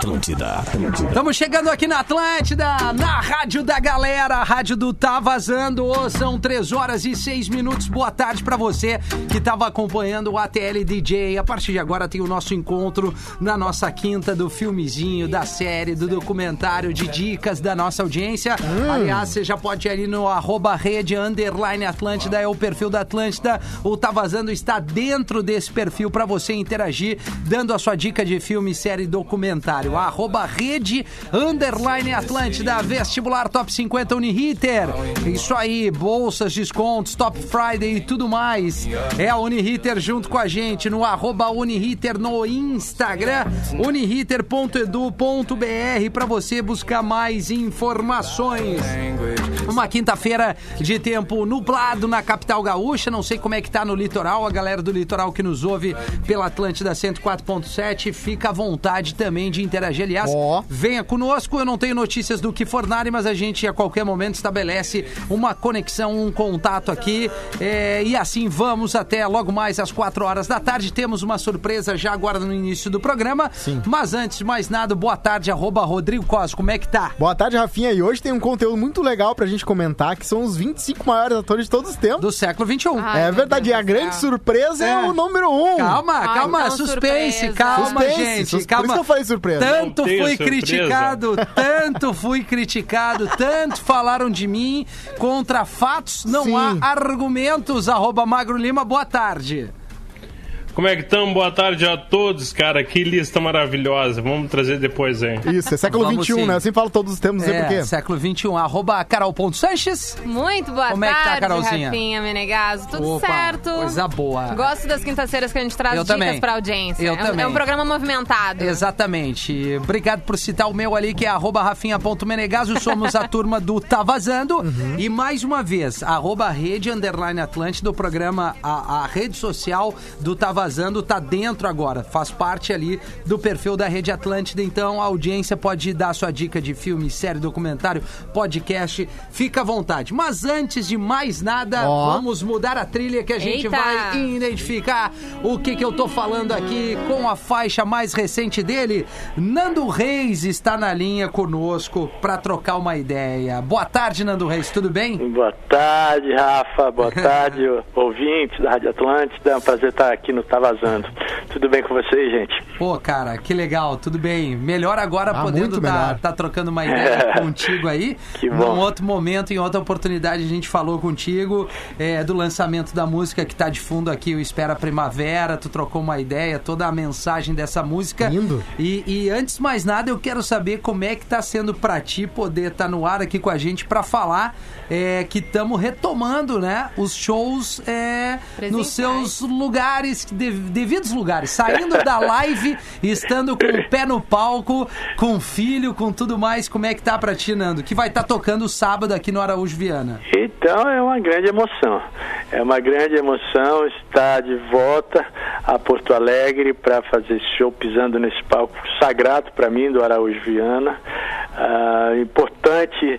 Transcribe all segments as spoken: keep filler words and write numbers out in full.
Atlântida. Atlântida. Estamos chegando aqui na Atlântida, na Rádio da Galera, a Rádio do Tá Vazando. São três horas e seis minutos. Boa tarde pra você que estava acompanhando o A T L D J. A partir de agora tem o nosso encontro na nossa quinta do filmezinho, da série, do documentário, de dicas da nossa audiência. Hum. Aliás, você já pode ir ali no arroba rede underline Atlântida, é o perfil da Atlântida. O Tá Vazando está dentro desse perfil pra você interagir, dando a sua dica de filme, série, documentário. Arroba rede underline Atlântida, vestibular top cinquenta Uniriter. Isso aí, bolsas, descontos, Top Friday e tudo mais. É a Uniriter junto com a gente no arroba Uniriter no Instagram, uniriter ponto edu ponto br, para você buscar mais informações. Uma quinta-feira de tempo nublado na capital gaúcha, não sei como é que tá no litoral, a galera do litoral que nos ouve pela Atlântida cento e quatro ponto sete, fica à vontade também de interagir. Aliás, oh. venha conosco, eu não tenho notícias do que fornarem, mas a gente a qualquer momento estabelece uma conexão, um contato aqui, é, e assim vamos até logo mais às quatro horas da tarde. Temos uma surpresa já agora no início do programa. Sim. Mas antes de mais nada, boa tarde, arroba Rodrigo Costa, como é que tá? Boa tarde, Rafinha, e hoje tem um conteúdo muito legal pra gente comentar, que são os vinte e cinco maiores atores de todos os tempos. Do século vinte e um. Ai, é verdade, e a grande surpresa é. é o número um. Calma, Ai, calma, então, suspense, surpresa. calma, suspense, gente, sus... calma. Por isso que eu falei surpresa. Tanto fui criticado, tanto fui criticado, tanto falaram de mim, contra fatos não Sim. há argumentos, arroba Magro Lima, boa tarde. Como é que estão? Boa tarde a todos, cara. Que lista maravilhosa. Vamos trazer depois aí. Isso, é século vinte e um, né? Eu sempre falo todos os termos, não sei é, por quê. século vinte e um, arroba Carol.Sanches. Muito boa Como tarde, é que tá, Carolzinha? Rafinha Menegaso. Tudo Opa, certo. Coisa boa. Gosto das quintas-feiras que a gente traz Eu dicas também. pra audiência. Eu é, também. é um programa movimentado. Exatamente. Obrigado por citar o meu ali, que é arroba Rafinha.Menegaso. Somos a turma do Tá Vazando. Uhum. E mais uma vez, arroba rede underline Atlântida, do programa, a, a rede social do Tá Vazando tá dentro Dentro agora, faz parte ali do perfil da Rede Atlântida, então a audiência pode dar sua dica de filme, série, documentário, podcast, fica à vontade. Mas antes de mais nada, oh. vamos mudar a trilha que a gente Eita. vai identificar o que que eu tô falando aqui com a faixa mais recente dele. Nando Reis está na linha conosco para trocar uma ideia. Boa tarde, Nando Reis, tudo bem? Boa tarde, Rafa, boa tarde, ouvintes da Rádio Atlântida, é um prazer estar aqui no Tá Vazando. Tudo bem com vocês, gente? Pô, cara, que legal, tudo bem. Melhor agora ah, podendo estar tá, tá trocando uma ideia contigo aí. Que bom. Num outro momento, em outra oportunidade, a gente falou contigo é, do lançamento da música que tá de fundo aqui, o Espera Primavera. Tu trocou uma ideia, toda a mensagem dessa música. Lindo. E, e antes de mais nada, eu quero saber como é que tá sendo pra ti poder estar tá no ar aqui com a gente pra falar é, que estamos retomando, né, os shows é, nos seus lugares, devidos lugares, saindo da live, estando com o pé no palco, com o filho, com tudo mais. Como é que tá pra ti, Nando? Que vai estar tá tocando sábado aqui no Araújo Viana. Então é uma grande emoção. É uma grande emoção estar de volta a Porto Alegre para fazer show, pisando nesse palco sagrado para mim do Araújo Viana. Ah, importante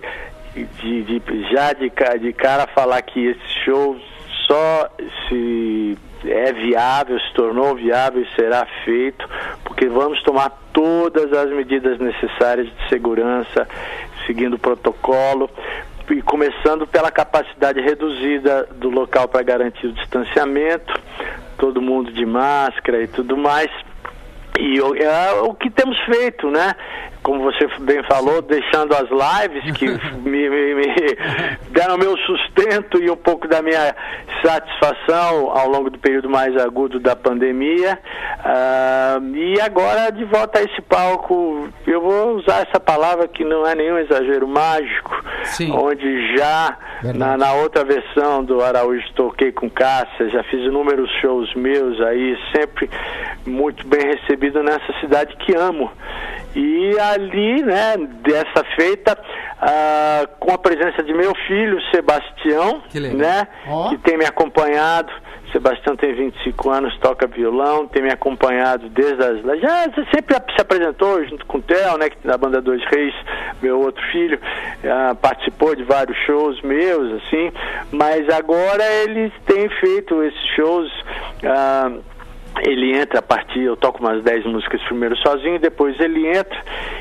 de, de, já de, de cara falar que esse show só se é viável, se tornou viável e será feito, porque vamos tomar todas as medidas necessárias de segurança, seguindo o protocolo, e começando pela capacidade reduzida do local para garantir o distanciamento, todo mundo de máscara e tudo mais. E é o que temos feito, né? Como você bem falou, deixando as lives que me, me, me deram meu sustento e um pouco da minha satisfação ao longo do período mais agudo da pandemia. Uh, e agora, de volta a esse palco, eu vou usar essa palavra que não é nenhum exagero, mágico. Sim. Onde já na, na outra versão do Araújo toquei com Cássia, já fiz inúmeros shows meus aí, sempre muito bem recebido nessa cidade que amo. E ali, né, dessa feita, uh, com a presença de meu filho, Sebastião, que, né, oh. que tem me acompanhado. Sebastião tem vinte e cinco anos, toca violão, tem me acompanhado desde as... Já sempre se apresentou junto com o Theo, né, que da banda Dois Reis, meu outro filho, uh, participou de vários shows meus, assim, mas agora eles têm feito esses shows... Uh, ele entra a partir, eu toco umas dez músicas primeiro sozinho, depois ele entra,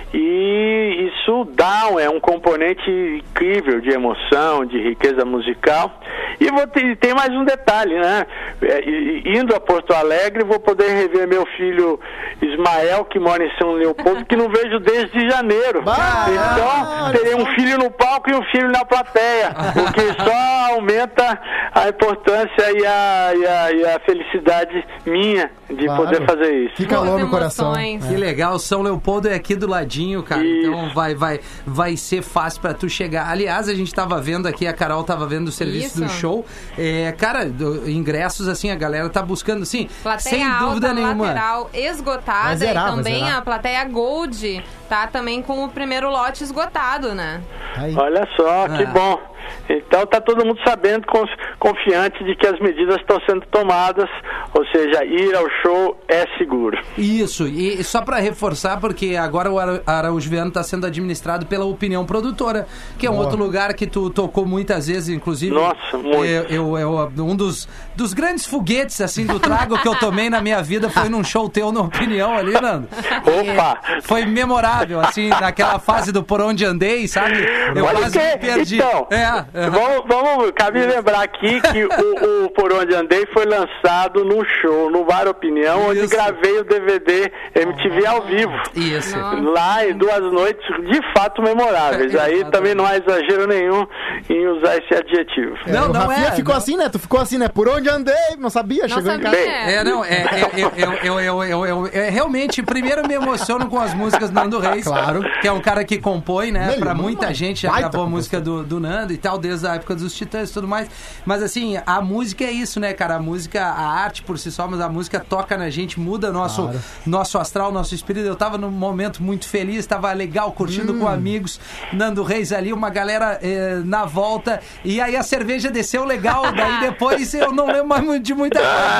e isso dá, é um componente incrível de emoção, de riqueza musical. E vou ter, tem mais um detalhe, né? É, indo a Porto Alegre, vou poder rever meu filho Ismael, que mora em São Leopoldo, que não vejo desde janeiro. Bah, então, terei um filho no palco e um filho na plateia, o que só aumenta a importância e a, e a, e a felicidade minha de Claro. poder fazer isso. Que calor no Boas coração. emoções. Que legal, São Leopoldo é aqui do ladinho, cara. Isso. Então vai, vai, vai ser fácil pra tu chegar. Aliás, a gente tava vendo aqui, a Carol tava vendo o serviço Isso. do show. É, cara, do- ingressos, assim, a galera tá buscando, assim, Plateia sem alta, dúvida nenhuma. lateral Vai esgotada zerar, e vai também zerar. a plateia Gold tá também com o primeiro lote esgotado, né? Aí. Olha só, que Ah. bom. Então tá todo mundo sabendo, conf- confiante de que as medidas estão sendo tomadas, ou seja, ir ao show é seguro. Isso, e só pra reforçar, porque agora o Ara- Araújo Viana tá sendo administrado pela Opinião Produtora, que é um Boa. outro lugar que tu tocou muitas vezes, inclusive. Nossa, muito. Eu, eu, eu- um dos, dos grandes foguetes, assim, do trago que eu tomei na minha vida foi num show teu na Opinião ali, Nando. Opa! E foi memorável, assim, naquela fase do Por Onde Andei, sabe? Eu Olha quase que- me perdi. Então, É, aham. vamos, vamos, cabe lembrar aqui que o, o Por Onde Andei foi lançado num show, no Bar Opinião, onde Isso. gravei o D V D M T V ao vivo. Isso. Nossa. Lá em duas noites de fato memoráveis. Aí Exatamente. também não há exagero nenhum em usar esse adjetivo. É, Não, o não Rafinha é, ficou não. assim, né? Tu ficou assim, né? Por onde andei? Não sabia, Não chegou em sabia. casa. É, não, é, é, eu, eu, eu, eu, eu, eu, eu- realmente, primeiro me emociono com as músicas do Nando Reis, Claro. que é um cara que compõe, né, Melhor, pra muita gente, já baita gravou a compositor. música do, do Nando e tal, desde a época dos Titãs e tudo mais, mas assim, a música é isso, né, cara, a música, a arte por si só, mas a música toca na gente, muda nosso, Claro. nosso astral, nosso espírito. Eu tava num momento muito feliz, tava legal, curtindo Hum. com amigos, Nando Reis ali, uma galera eh, na volta, e aí a cerveja desceu legal, daí depois eu não lembro mais muito de muita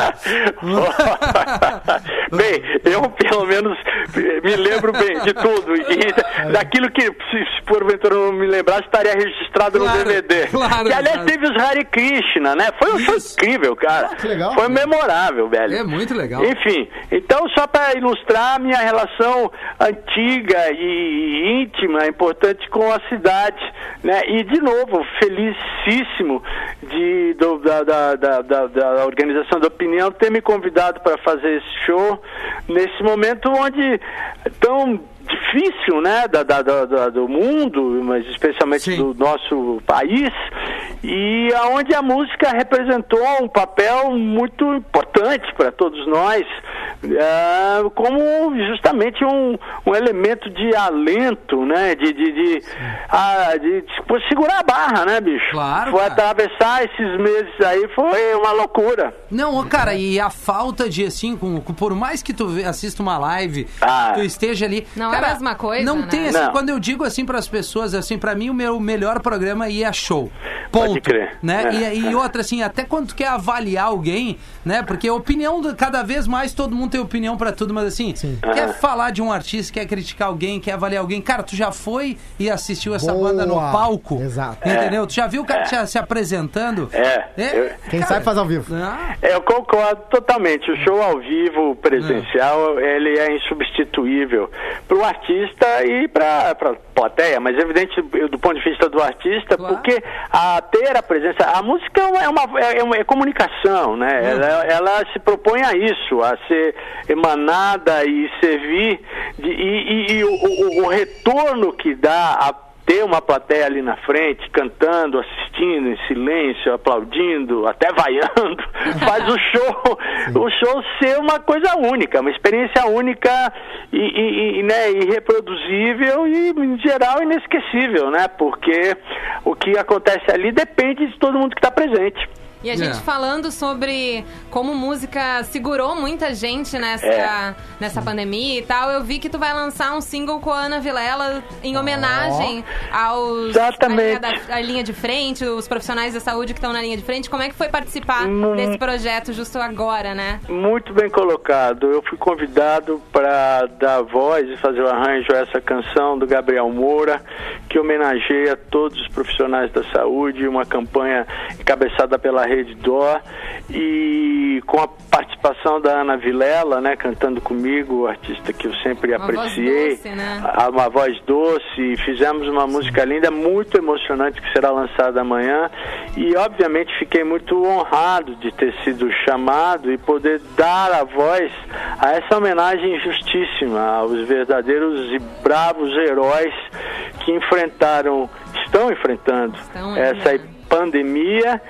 coisa. Bem, eu pelo menos me lembro bem de tudo. E daquilo que, se, se porventura eu não me lembrar, estaria registrado Claro, no D V D. claro, que aliás claro. teve os Hare Krishna, né? Foi um show Isso. incrível, cara. Ah, que legal. Foi memorável, velho. É muito legal. Enfim, então só para ilustrar a minha relação antiga e íntima, importante com a cidade, né? E de novo, felicíssimo de, do, da, da, da, da, da organização da Opinião ter me convidado para fazer esse show nesse momento onde tão difícil, né, da, da, da, da- do mundo, mas especialmente Sim. do nosso país, e aonde a música representou um papel muito importante para todos nós, ah, como justamente um, um elemento de alento, né, de, de, de, ah, de, de segurar a barra, né, bicho? Claro, Foi cara. atravessar esses meses aí, foi uma loucura. Não, ô, cara, e a falta de, assim, com, com- por mais que tu ve- assista uma live, Ah. tu esteja ali... Não é cara, a mesma coisa, Não né? tem, assim, Não. quando eu digo assim pras pessoas, assim, pra mim o meu melhor programa ia show. Ponto. Pode crer. Né? É, E, e é. outra, assim, até quando tu quer avaliar alguém, né? Porque a opinião, do- cada vez mais todo mundo tem opinião pra tudo, mas assim, Sim. quer Ah. falar de um artista, quer criticar alguém, quer avaliar alguém, cara, tu já foi e assistiu essa Boa. banda no palco? Exato. Entendeu? Tu já viu o cara te- se apresentando? É. Eu- Quem cara, sabe faz ao vivo. ah, É, eu concordo totalmente. O show ao vivo, presencial, ele é insubstituível para o artista e para a plateia, mas evidente eu, do ponto de vista do artista, Claro. porque a ter a presença, a música é uma, é uma, é uma- é comunicação, né? Ela, ela se propõe a isso, a ser emanada e servir de, e, e- e o, o- o retorno que dá a ter uma plateia ali na frente, cantando, assistindo em silêncio, aplaudindo, até vaiando, faz o show, o show ser uma coisa única, uma experiência única e, e- e, né, irreproduzível e, em geral, inesquecível, né? Porque o que acontece ali depende de todo mundo que está presente. E a gente É. falando sobre como música segurou muita gente nessa, É. nessa pandemia e tal, eu vi que tu vai lançar um single com a Ana Vilela em homenagem aos Exatamente. A, linha da, a linha de frente, os profissionais da saúde que estão na linha de frente. Como é que foi participar Hum. desse projeto justo agora, né? Muito bem colocado. Eu fui convidado para dar voz e fazer o arranjo a essa canção do Gabriel Moura, que homenageia todos os profissionais da saúde, uma campanha encabeçada pela Rede Dó, e com a participação da Ana Vilela, né, cantando comigo, artista que eu sempre uma apreciei, voz doce, né? uma voz doce, fizemos uma música linda, muito emocionante, que será lançada amanhã, e obviamente fiquei muito honrado de ter sido chamado e poder dar a voz a essa homenagem justíssima aos verdadeiros e bravos heróis que enfrentaram, estão enfrentando Estão essa ainda. pandemia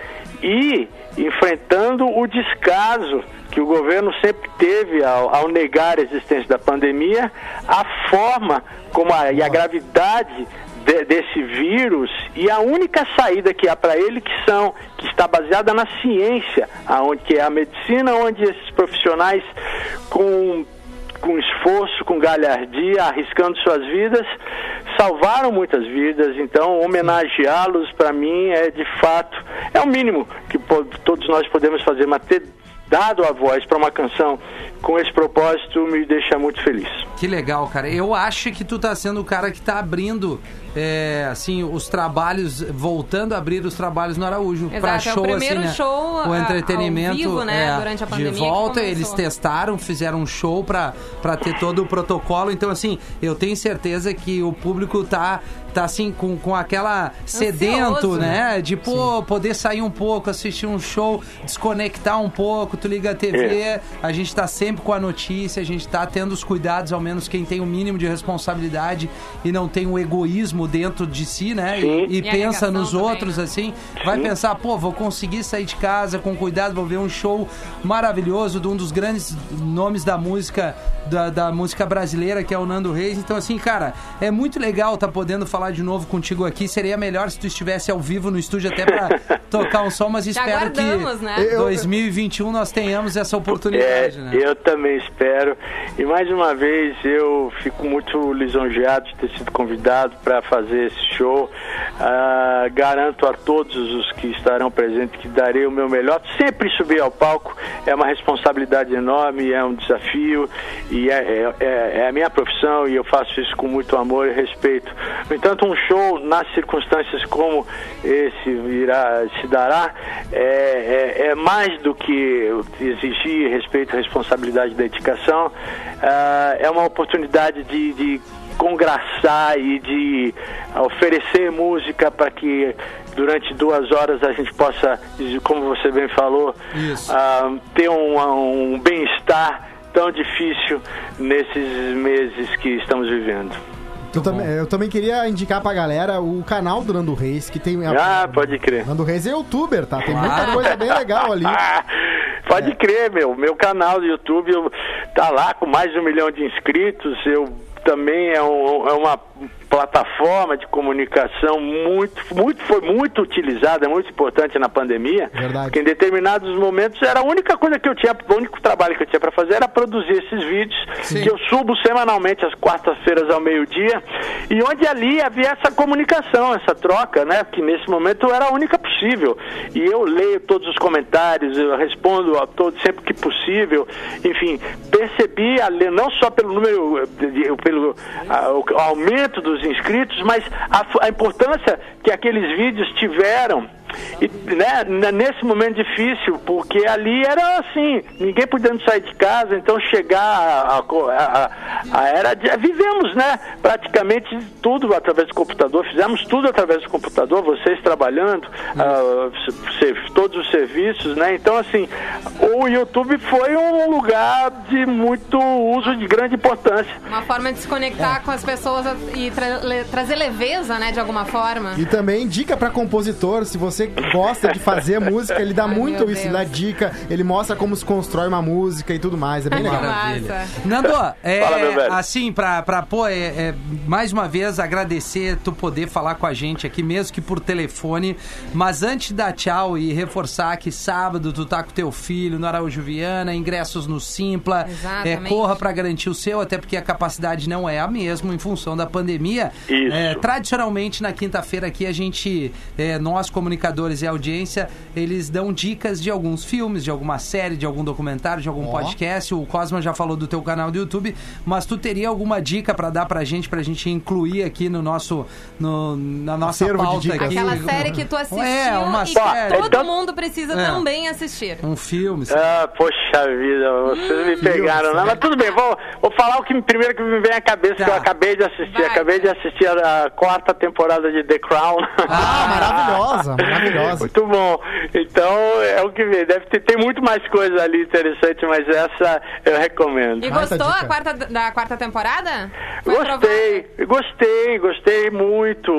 e enfrentando o descaso que o governo sempre teve ao, ao negar a existência da pandemia, a forma como a, e a gravidade de, desse vírus e a única saída que há para ele que são que está baseada na ciência, aonde que é a medicina, onde esses profissionais com com esforço, com galhardia, arriscando suas vidas, salvaram muitas vidas. Então, homenageá-los, para mim, é de fato, é o mínimo que po- todos nós podemos fazer, mas ter dado a voz para uma canção com esse propósito me deixa muito feliz. Que legal, cara. Eu acho que tu tá sendo o cara que tá abrindo, é, assim, os trabalhos, voltando a abrir os trabalhos no Araújo. Exato, pra é o show, primeiro assim, né? show O a- entretenimento ao vivo, né, é, durante a pandemia de que volta, começou. eles testaram, fizeram um show pra, pra ter todo o protocolo. Então, assim, eu tenho certeza que o público tá, tá assim, com, com aquela sedento, Ansioso, né? né? De, pô, poder sair um pouco, assistir um show, desconectar um pouco, tu liga a T V, É. a gente tá sempre com a notícia, a gente tá tendo os cuidados, ao menos quem tem o mínimo de responsabilidade e não tem o egoísmo dentro de si, né? Sim. E, e E a pensa negação nos também, outros, né? assim, vai Sim. pensar, pô, vou conseguir sair de casa com cuidado, vou ver um show maravilhoso de um dos grandes nomes da música, da, da música brasileira, que é o Nando Reis. Então, assim, cara, é muito legal tá podendo falar de novo contigo aqui. Seria melhor se tu estivesse ao vivo no estúdio até pra tocar um som, mas espero que aguardamos, né? Eu- dois mil e vinte e um nós tenhamos essa oportunidade, É, né? eu também espero. E mais uma vez eu fico muito lisonjeado de ter sido convidado para fazer esse show. Ah, garanto a todos os que estarão presentes que darei o meu melhor. Sempre subir ao palco é uma responsabilidade enorme, é um desafio e é, é, é a minha profissão e eu faço isso com muito amor e respeito. No entanto, um show nas circunstâncias como esse irá, se dará é, é, é mais do que exigir respeito, responsabilidade e dedicação. Ah, é uma oportunidade de, de congraçar e de oferecer música para que durante duas horas a gente possa, como você bem falou, Isso. ah, ter um, um bem-estar tão difícil nesses meses que estamos vivendo. Eu também, eu também queria indicar pra galera o canal do Nando Reis, que tem... Ah, pode crer. Nando Reis é youtuber, tá? Tem muita Claro. coisa bem legal ali. Ah, pode crer, meu. Meu canal do YouTube eu, tá lá com mais de um milhão de inscritos. Eu também é, um, é uma plataforma de comunicação muito, muito, foi muito utilizada, muito importante na pandemia. Verdade. Porque em determinados momentos era a única coisa que eu tinha, o único trabalho que eu tinha para fazer era produzir esses vídeos Sim. que eu subo semanalmente às quartas-feiras ao meio-dia, e onde ali havia essa comunicação, essa troca, né? Que nesse momento era a única possível. E eu leio todos os comentários, eu respondo a todos sempre que possível. Enfim, percebi ali, não só pelo número, de, de, pelo a, o aumento dos inscritos, mas a, a importância que aqueles vídeos tiveram. E, né, nesse momento difícil, porque ali era assim, ninguém podendo sair de casa, então chegar a, a, a, a era de, vivemos, né, praticamente tudo através do computador, fizemos tudo através do computador, vocês trabalhando, uh, ser, todos os serviços, né, então assim, o YouTube foi um lugar de muito uso, de grande importância. Uma forma de se conectar É. com as pessoas e tra- le- trazer leveza, né, de alguma forma. E também dica pra compositor, se você gosta de fazer música, ele dá Ai, muito meu isso, ele Deus. dá dica, ele mostra como se constrói uma música e tudo mais, é bem legal. Maravilha. Massa. Nando, é, Fala, meu velho. assim, pra, pra pô, é, é, mais uma vez agradecer tu poder falar com a gente aqui, mesmo que por telefone, mas antes de dar tchau e reforçar que sábado tu tá com teu filho no Araújo Viana, ingressos no Simpla, é, Exatamente. corra pra garantir o seu, até porque a capacidade não é a mesma em função da pandemia. Isso. É, tradicionalmente, na quinta-feira aqui, a gente, é, nós comunicadores, indicadores e audiência, eles dão dicas de alguns filmes, de alguma série, de algum documentário, de algum Ó. podcast. O Cosma já falou do teu canal do YouTube, mas tu teria alguma dica pra dar pra gente, pra gente incluir aqui no nosso, no, na nossa Acervo de pauta dicas. aqui? Aquela série que tu assistiu É, uma e que série. todo Então- mundo precisa É. também assistir. Um filme, sabe? Ah, poxa vida, vocês me pegaram, né? Mas tudo bem, vou, vou falar o que primeiro que me vem à cabeça, Tá. que eu acabei de assistir. Vai. Acabei de assistir a, a quarta temporada de The Crown. Ah, maravilhosa, maravilhosa. Muito bom. Então, é o que vem. Deve ter, tem muito mais coisa ali interessante, mas essa eu recomendo. E Baita gostou dica. a quarta, da quarta temporada? Foi Gostei, gostei, gostei muito.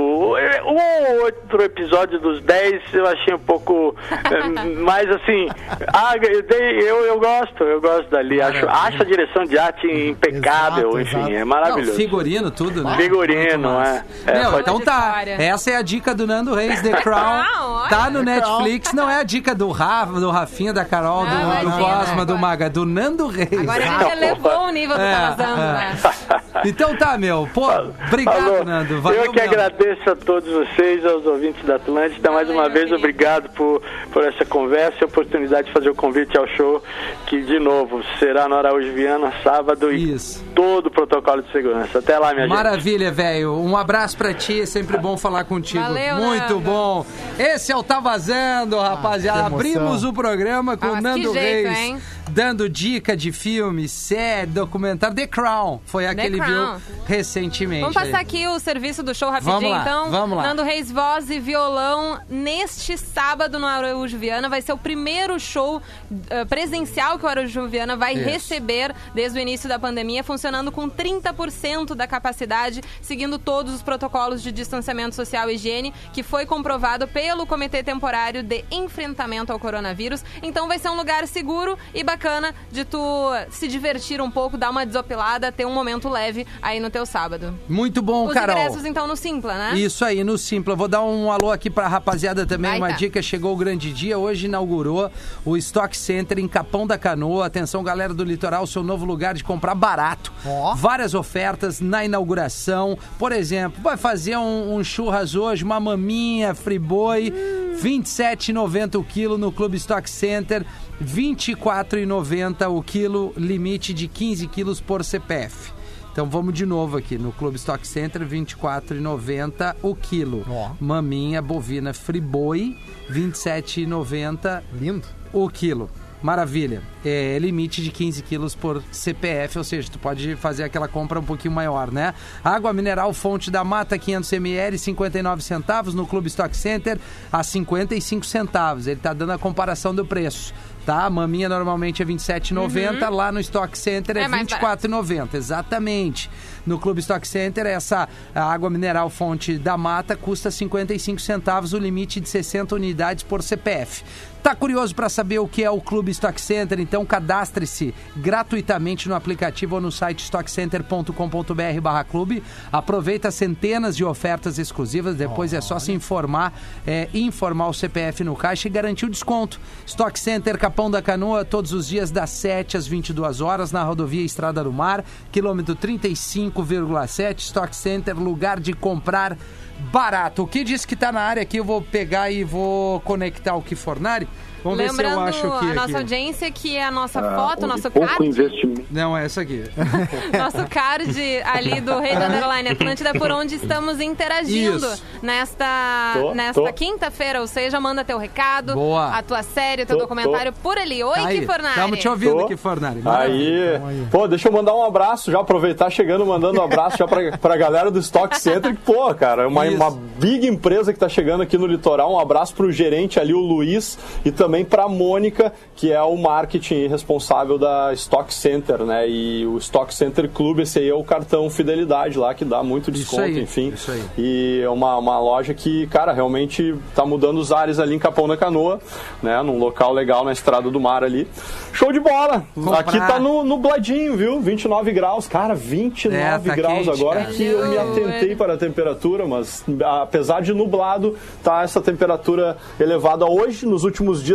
O outro episódio dos dez eu achei um pouco eh, mais assim. Ah, eu, dei- eu, eu gosto, eu gosto dali. Acho, acho a direção de arte impecável, Exato, enfim, exato. é Não, maravilhoso. figurino, tudo, né? Figurino, Muito massa. é. É, Meu, pode- então tá. História. Essa é a dica do Nando Reis, The Crown. olha. Tá no Netflix. Não é a dica do Rafa, do Rafinha, da Carol, do, Não, do imagina. Cosma, do Maga, do Nando Reis. Agora a gente elevou o nível do É, Tá Vazando, é. né? Então tá, meu. Pô, obrigado, Falou. Nando. Valeu eu que mesmo. agradeço a todos vocês, aos ouvintes da Atlântida. Mais Valeu, uma vez, querido. obrigado por, por essa conversa e a oportunidade de fazer o convite ao show, que, de novo, será no Araújo Viana, sábado, e Isso. todo o protocolo de segurança. Até lá, minha gente. Maravilha, velho. Um abraço pra ti, é sempre bom falar contigo. Valeu, Muito Nando. bom. Esse é o Tá Vazando, rapaziada. que emoção. Abrimos o programa com Ah, o mas Nando que jeito, Reis, hein? dando dica de filme, série, documentário. The Crown, foi a que The ele Crown. viu recentemente. Vamos passar aí. aqui o serviço do show rapidinho, Vamos lá, então. vamos lá. Nando Reis, voz e violão, neste sábado no Araújo Viana. Vai ser o primeiro show eh, presencial que o Araújo Viana vai Isso. receber desde o início da pandemia, funcionando com trinta por cento da capacidade, seguindo todos os protocolos de distanciamento social e higiene, que foi comprovado pelo Comitê Temporário de Enfrentamento ao Coronavírus. Então vai ser um lugar seguro e bacana de tu se divertir um pouco, dar uma desopilada, ter um momento leve aí no teu sábado. Muito bom, Os Carol. ingressos, então, no Simpla, né? Isso aí, no Simpla. Vou dar um alô aqui pra rapaziada também. Vai, Uma tá. dica, chegou o grande dia. Hoje inaugurou o Stock Center em Capão da Canoa. Atenção, galera do litoral, seu novo lugar de comprar barato. Ó. Várias ofertas na inauguração. Por exemplo, vai fazer um, um churras hoje, uma maminha, friboi, vinte e sete reais e noventa centavos o quilo no Clube Stock Center, vinte e quatro reais e noventa centavos o quilo, limite de quinze quilos por C P F. Então vamos de novo aqui no Clube Stock Center, vinte e quatro reais e noventa centavos o quilo. Ó. Maminha bovina friboi, vinte e sete reais e noventa centavos Lindo. o quilo. Maravilha. É limite de quinze quilos por C P F, ou seja, tu pode fazer aquela compra um pouquinho maior, né? Água mineral Fonte da Mata, quinhentos mililitros, cinquenta e nove centavos. No Clube Stock Center, a cinquenta e cinco centavos. Ele tá dando a comparação do preço, tá? A maminha normalmente é vinte e sete reais e noventa centavos. Lá no Stock Center é, É mais vinte e quatro reais e noventa centavos. Exatamente. No Clube Stock Center, essa a água mineral Fonte da Mata custa cinquenta e cinco centavos, o limite de sessenta unidades por C P F. Tá curioso para saber o que é o Clube Stock Center? Então cadastre-se gratuitamente no aplicativo ou no site stock center ponto com ponto b r barra clube. Aproveita centenas de ofertas exclusivas, depois é só se informar, é, informar o C P F no caixa e garantir o desconto. Stock Center Capão da Canoa, todos os dias das sete às vinte e duas horas, na rodovia Estrada do Mar, quilômetro trinta e cinco vírgula sete, Stock Center, lugar de comprar barato. O que disse que tá na área aqui, eu vou pegar e vou conectar o Kifornari. Vamos ver se eu Lembrando acho aqui. a nossa aqui. audiência que a nossa Ah, foto, de nosso pouco card, investimento. Não, é essa aqui. nosso card ali do Rei da Underline Atlântida, por onde estamos interagindo Isso. nesta, Tô, nesta tô. quinta-feira, ou seja, manda teu recado, Boa. a tua série, o teu Tô, documentário por ali. Oi, Tá aí. Kifornari. Estamos te ouvindo, Tô. Kifornari. Aí, pô, deixa eu mandar um abraço, já aproveitar chegando, mandando um abraço já pra, pra galera do Stock Center, que, pô, cara, é uma, Isso. uma big empresa que tá chegando aqui no litoral. Um abraço pro gerente ali, o Luiz, e também pra Mônica, que é o marketing responsável da Stock Center, né? E o Stock Center Clube, esse aí é o cartão Fidelidade lá, que dá muito desconto, aí, enfim. isso aí. E é uma, uma loja que, cara, realmente tá mudando os ares ali em Capão da Canoa, né? Num local legal na Estrada do Mar ali. Show de bola! Comprar. Aqui tá no, nubladinho, viu? vinte e nove graus. Cara, vinte e nove É, tá graus quente, agora cara. que eu me atentei para a temperatura, mas apesar de nublado, tá essa temperatura elevada hoje. Nos últimos dias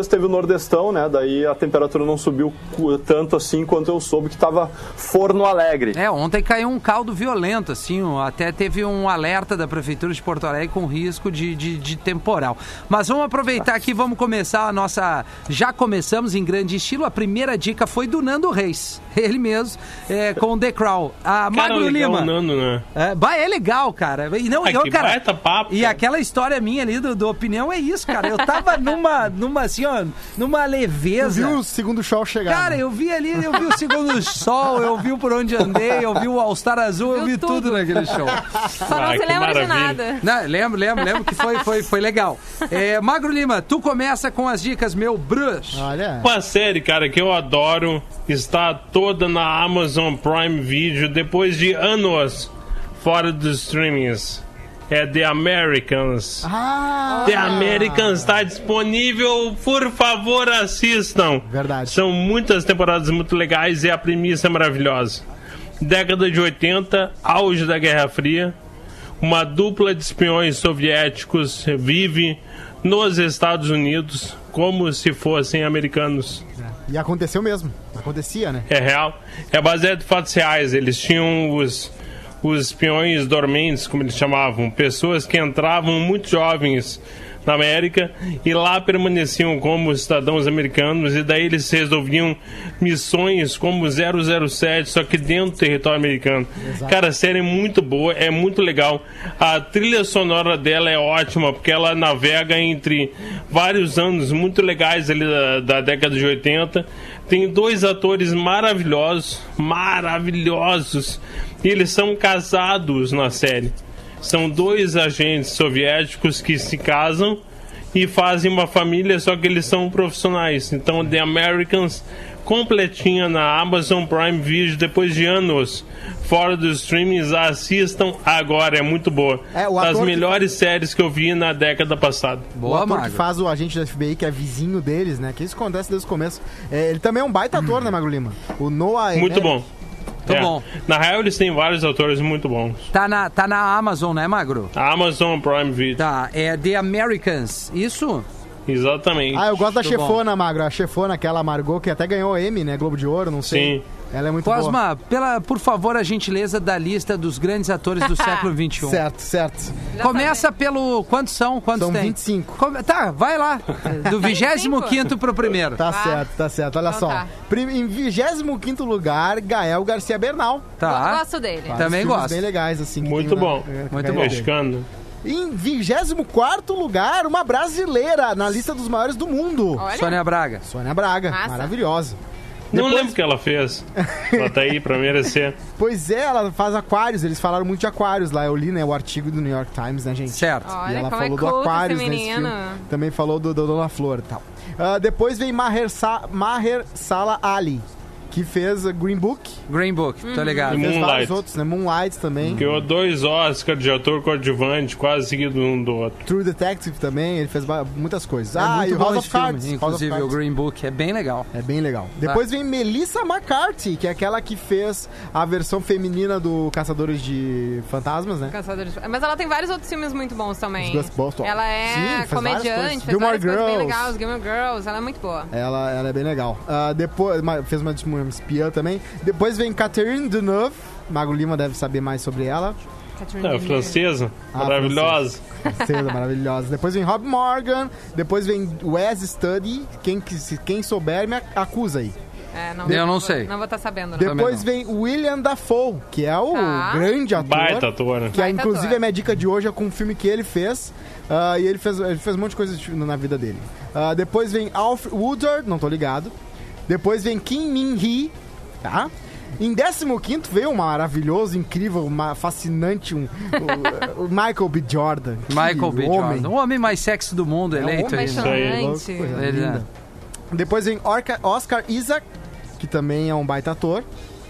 dias teve o Nordestão, né? Daí a temperatura não subiu tanto assim quanto eu soube que estava forno alegre. É, ontem caiu um caldo violento, assim, até teve um alerta da Prefeitura de Porto Alegre com risco de, de, de temporal. Mas vamos aproveitar aqui, vamos começar a nossa... Já começamos em grande estilo, a primeira dica foi do Nando Reis, ele mesmo, é, com The Crown. A Magro cara, legal, Lima. Nando, né? É, bah, é legal, cara. E, não, Ai, eu, que cara, baita papo, e cara. aquela história minha ali do, do Opinião é isso, cara. Eu tava numa, numa assim, ó, numa leveza. Tu viu o segundo show chegar? Cara, né? eu vi ali, eu vi o Segundo Sol, eu vi o Por Onde Andei, eu vi o All Star Azul, eu Viu vi tudo. tudo. naquele show. Só não Ai, se que lembra de maravilha. nada. Não, lembro, lembro, lembro que foi, foi, foi legal. É, Magro Lima, tu começa com as dicas, meu bruxo. Olha. Uma série, cara, que eu adoro, está toda na Amazon Prime Video depois de anos fora dos streamings. É The Americans. Ah! The Americans está disponível, por favor, assistam. Verdade. São muitas temporadas muito legais e a premissa é maravilhosa. Década de oitenta, auge da Guerra Fria. Uma dupla de espiões soviéticos vive nos Estados Unidos como se fossem americanos. E aconteceu mesmo. Acontecia, né? É real. É baseado em fatos reais. Eles tinham os, os espiões dormentes, como eles chamavam. Pessoas que entravam muito jovens na América e lá permaneciam como cidadãos americanos, e daí eles resolviam missões como zero zero sete, só que dentro do território americano. Exato. Cara, a série é muito boa, é muito legal. A trilha sonora dela é ótima, porque ela navega entre vários anos muito legais ali da, da década de oitenta. Tem dois atores maravilhosos, maravilhosos, e eles são casados na série. São dois agentes soviéticos que se casam e fazem uma família, só que eles são profissionais. Então, The Americans, completinha na Amazon Prime Video, depois de anos fora dos streamings, assistam agora, é muito boa. É, o das ator que- melhores séries que eu vi na década passada. O Boa, ator que Magro. faz o agente da F B I, que é vizinho deles, né? Que isso acontece desde o começo. É, ele também é um baita ator, né, Magro Lima? O Noah... Muito né? bom. Muito É. bom. Na real, eles têm vários atores muito bons. Tá na, tá na Amazon, né, Magro? A Amazon Prime Video. Tá, é The Americans, isso? Exatamente. Ah, eu gosto da Muito chefona, Magro. A chefona, aquela Margot, que até ganhou Emmy, né? Globo de Ouro, não sei. Sim. Ela é muito boa. Cosma, pela, por favor, a gentileza da lista dos grandes atores do século vinte e um. Certo, certo. Já Começa pelo... Quantos são? Quantos São tem? vinte e cinco. Come- Tá, vai lá. Do vigésimo quinto pro primeiro. Tá Ah. certo, tá certo. Olha Então só. tá. Prim- Em vigésimo quinto lugar, Gael Garcia Bernal. Tá. Gosto dele. Vários Também filmes gosto. bem legais, assim. que Muito tem na- bom. é, com a Muito carreira bom. dele. Mexicano. Em vigésimo quarto lugar, uma brasileira na lista dos maiores do mundo. Olha. Sônia Braga. Sônia Braga, Massa. maravilhosa. Não Depois- lembro o que ela fez. Ela tá aí pra merecer. Pois é, ela faz aquários, eles falaram muito de aquários lá. Eu li, né, o artigo do New York Times, né, gente? Certo. Olha E ela como é falou do culto aquários esse nesse menino. filme. Também falou do, do Dona Flor e tal. Ah, depois vem Maher, Sa Maher Sala Ali, que fez a Green Book. Green Book, tô ligado. Uhum. Fez vários Moonlight. outros, né? Moonlight também. Ganhou dois Oscars de ator coadjuvante, quase seguido um do outro. True Detective também, ele fez ba- muitas coisas. É ah, muito e o bom House esse of filme, Cards. House of inclusive o Cards. Green Book, é bem legal. É bem legal. Depois vem Melissa McCarthy, que é aquela que fez a versão feminina do Caçadores de Fantasmas, né? Caçadores. Mas ela tem vários outros filmes muito bons também. Os Ghostbusters. Ela é Sim, faz várias comediante, coisas. faz Gilmore várias coisas bem Girls. legais. Gilmore Girls, ela é muito boa. Ela, ela é bem legal. Ah, depois ma- fez uma, uma espiã também. Depois vem Catherine Deneuve. Mago Lima deve saber mais sobre ela. Catherine É, Deneuve. francesa, Ah, maravilhosa. Francesa, maravilhosa. Depois vem Rob Morgan. Depois vem Wes Studi. Quem, que- se- quem souber, me accusa aí. É, não, Eu não vou- sei. Não vou estar sabendo. Não. Depois não. vem William Dafoe, que é o Tá. grande ator. Baita atora. Que é, Baita inclusive ator. a minha dica de hoje é com um filme que ele fez. Ah, e ele fez, ele fez um monte de coisa na vida dele. Ah, depois vem Alfred Woodard, não tô ligado. Depois vem Kim Min-hee, tá? Em décimo quinto veio um maravilhoso, incrível, uma fascinante, um, o, o Michael B. Jordan. Que Michael B. homem. Jordan. O homem mais sexy do mundo, É um eleito homem aí. né? aí. Louco, Apaixonante. coisa Ele, linda. né? Depois vem Orca- Oscar Isaac, que também é um baita ator.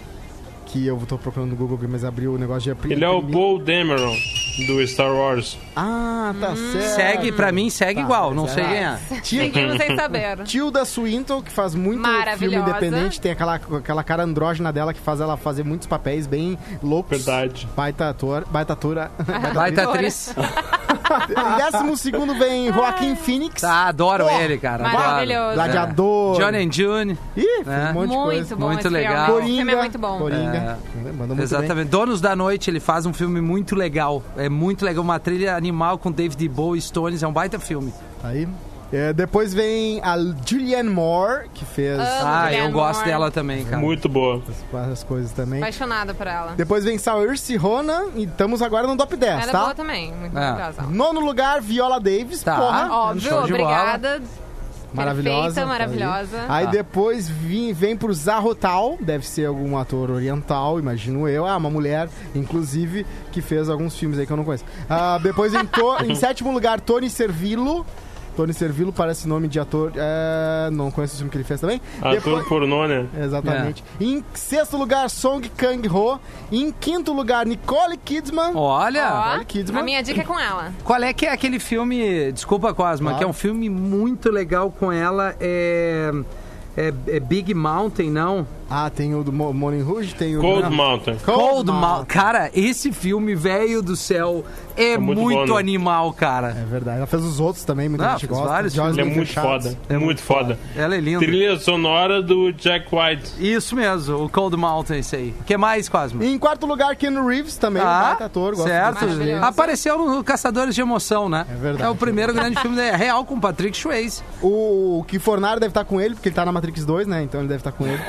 Que eu tô procurando no Google, mas abriu o negócio de... Ele é o Paul Dameron do Star Wars. Ah, tá certo. Segue, pra mim, segue Tá, igual, não certo. sei quem é. Seguimos sem saber. Tilda Swinton, que faz muito filme Maravilhosa. independente, tem aquela, aquela cara andrógena dela que faz ela fazer muitos papéis bem loucos. Verdade. Baita ator, baita atora, baita Baita atriz. atriz. Em décimo segundo vem Joaquin Phoenix. Tá, adoro Pô, ele, cara. maravilhoso. Adoro. Gladiador. É. Johnny and June. Ih, É. um monte de Muito coisa. bom Muito esse legal. filme. Coringa. O filme é muito bom. Coringa. Mandou muito Exatamente. Donos da Noite, ele faz um filme muito legal. É muito legal. Uma trilha animal com David Bowie, Stones. É um baita filme. bem. Aí. É, depois vem a Julianne Moore, que fez Amo. Ah, eu Julianne gosto Moore. dela também, cara. Muito boa. várias coisas também. Apaixonada por ela. Depois vem Saoirse Ronan e estamos agora no top dez, Ela é tá? boa também, muito É. maravilhosa. Nono lugar, Viola Davis. Tá. Porra, Óbvio, Show de bola. obrigada. maravilhosa. Perfeita, tá maravilhosa. Aí, aí Ah. depois vem, vem pro Zarrotal, deve ser algum ator oriental, imagino eu. Ah, uma mulher, inclusive, que fez alguns filmes aí que eu não conheço. Ah, depois em, to- em sétimo lugar, Tony Servillo. Tony Servillo parece nome de ator. É, não conheço o filme que ele fez também. Ator Depois- pornô, né? Exatamente. Em sexto lugar, Song Kang-ho. Em quinto lugar, Nicole Kidman. Olha, Ó, Nicole Kidman. a minha dica é com ela. qual é que é aquele filme... Desculpa, Cosma, Claro. que é um filme muito legal com ela. É... É, é Big Mountain, não? Ah, tem o do Mo- Moulin Rouge, tem o... Cold Não. Mountain. Cold Mountain. Cara, esse filme, velho do céu, é, É muito muito, bom, né? animal, cara. É verdade. Ela fez os outros também, muita Não, gente fez gosta. vários Jogos Ele é Bem muito Fechados. foda. É muito muito foda. Ela é linda. Trilha sonora do Jack White. Isso mesmo, o Cold Mountain, esse aí. O que mais, Cosmo? E em quarto lugar, Keanu Reeves, também, um baita ator. Gosto certo. muito dele. Maravilhoso. Apareceu no Caçadores de Emoção, né? É verdade. É o primeiro grande filme da- real com Patrick Swayze. O, o Key Fornaro deve estar com ele, porque ele tá na Matrix dois, né? Então ele deve estar com ele.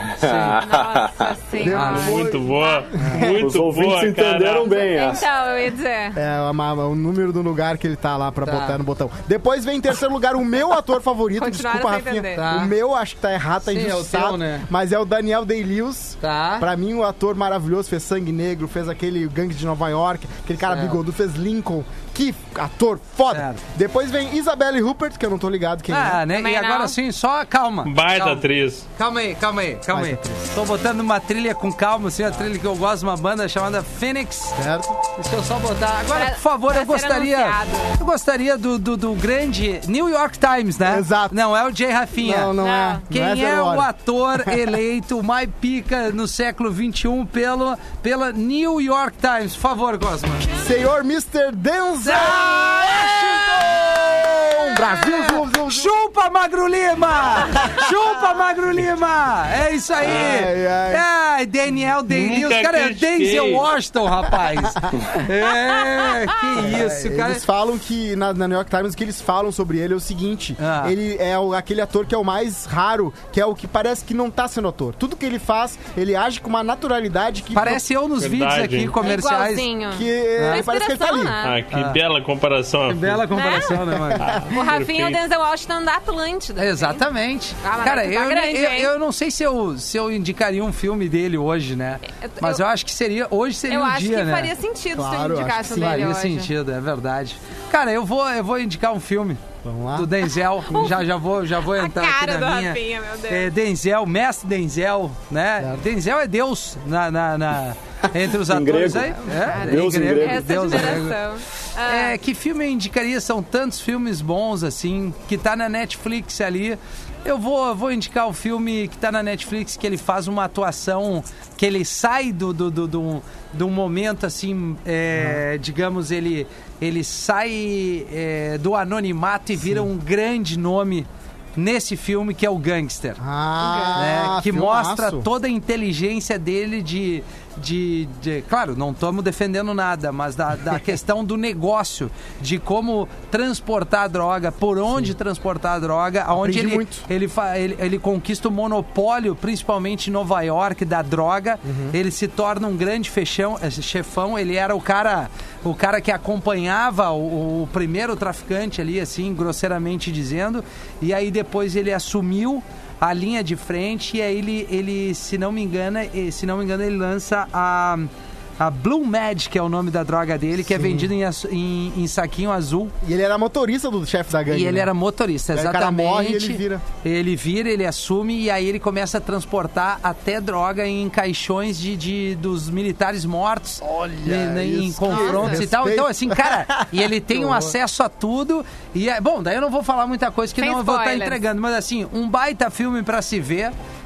Nossa senhora. Ah, Muito boa. Muito Os ouvintes boa, entenderam cara. bem essa. Então, eu ia dizer. É o, o número do lugar que ele tá lá pra Tá. botar no botão. Depois vem em terceiro lugar o meu ator favorito. Continuaram Desculpa, sem Rafinha. entender. Tá. O meu, acho que tá errado, tá Sim, é o injustiçado. teu, né? Mas é o Daniel Day-Lewis. Tá. Pra mim, o ator maravilhoso, fez Sangue Negro, fez aquele Gangue de Nova York, aquele cara Certo. bigodudo, fez Lincoln. Que ator foda. Certo. Depois vem Isabelle Rupert, que eu não tô ligado quem Ah, é. né? Também E agora não. sim, só calma. Baita calma. atriz. Calma aí, calma aí, calma aí. Baita Tô botando uma trilha com calma, assim, a trilha que eu gosto, uma banda chamada Phoenix. Certo? Deixa eu só botar. Agora, Pra- por favor, pra eu ser gostaria. anunciado. Eu gostaria do, do, do grande New York Times, né? Exato. Não é o Jay Rafinha. Não, não, Não. é. Quem não é, Zero o Hora. ator eleito mais pica no século vinte e um pelo, pela New York Times? Por favor, Cosma. Senhor mister Denzel Washington! Brasil, zum, zum, zum. Chupa, Magro Lima! Chupa, Magro Lima! É isso aí! Ai, ai. Ai, Daniel Day-Lewis. Nunca Cara, é critiquei. Denzel Washington, rapaz. É, que isso, cara. Eles falam que, na, na New York Times, o que eles falam sobre ele é o seguinte: Ah. ele é o- aquele ator que é o mais raro, que é o que parece que não tá sendo ator. Tudo que ele faz, ele age com uma naturalidade que. Parece eu nos Verdade, vídeos aqui hein? comerciais. Igualzinho. que é, parece que ele tá ali. Inspiração, né? Ah, que bela comparação. Que bela comparação, né, mano? O Rafinha e o Perfeito. Denzel Washington da Atlântida. Exatamente. Ah, mas Cara, tá eu, grande, eu, hein? eu não sei se eu, se eu indicaria um filme dele hoje, né? Eu- Mas eu, acho que seria. Hoje seria Eu o acho dia, que né? faria sentido Claro, se tu acho que indicasse um sim. dele Faria hoje. sentido, é verdade. Cara, eu vou, eu vou indicar um filme Vamos lá. do Denzel. já, já vou, já vou A entrar aqui cara do na minha. Rafinha, meu Deus. É, Denzel, mestre Denzel, né? Certo. Denzel é Deus na, na, na- entre os Em atores grego. aí. É, Deus em grego. Essa Deus em grego. geração. Ah, É, que filme eu indicaria? São tantos filmes bons, assim, que tá na Netflix ali. Eu vou, eu vou indicar o filme que tá na Netflix, que ele faz uma atuação, que ele sai do, do, do, do, do momento, assim, é, digamos, ele, ele sai é, do anonimato e vira um grande nome nesse filme, que é o Gangster. Ah, né, que filmaço. mostra toda a inteligência dele de, de, de- claro, não estamos defendendo nada, mas da, da questão do negócio, de como transportar a droga, por onde transportar a droga, aonde Aprendi ele, muito. ele, fa- ele, ele conquista o monopólio, principalmente em Nova York, da droga. Uhum. Ele se torna um grande fechão, eh, chefão. Ele era o cara, o cara que acompanhava o, o primeiro traficante ali, assim, grosseiramente dizendo. E aí depois ele assumiu a linha de frente e aí ele, ele se não me engano, eh, se não me engano, ele lança a a Blue Magic, que é o nome da droga dele, que é vendida em, aç- em, em saquinho azul. E ele era motorista do chefe da gangue. E ele né? era motorista, Aí o cara exatamente. morre e ele vira. Ele vira, ele assume e aí ele começa a transportar até droga em caixões de, de- dos militares mortos. Olha em isso, confrontos que e tal. respeito. Então, assim, cara, e ele tem um acesso a tudo. E é, bom, daí eu não vou falar muita coisa que Sem não eu vou estar spoilers. entregando, mas assim, um baita filme pra se ver.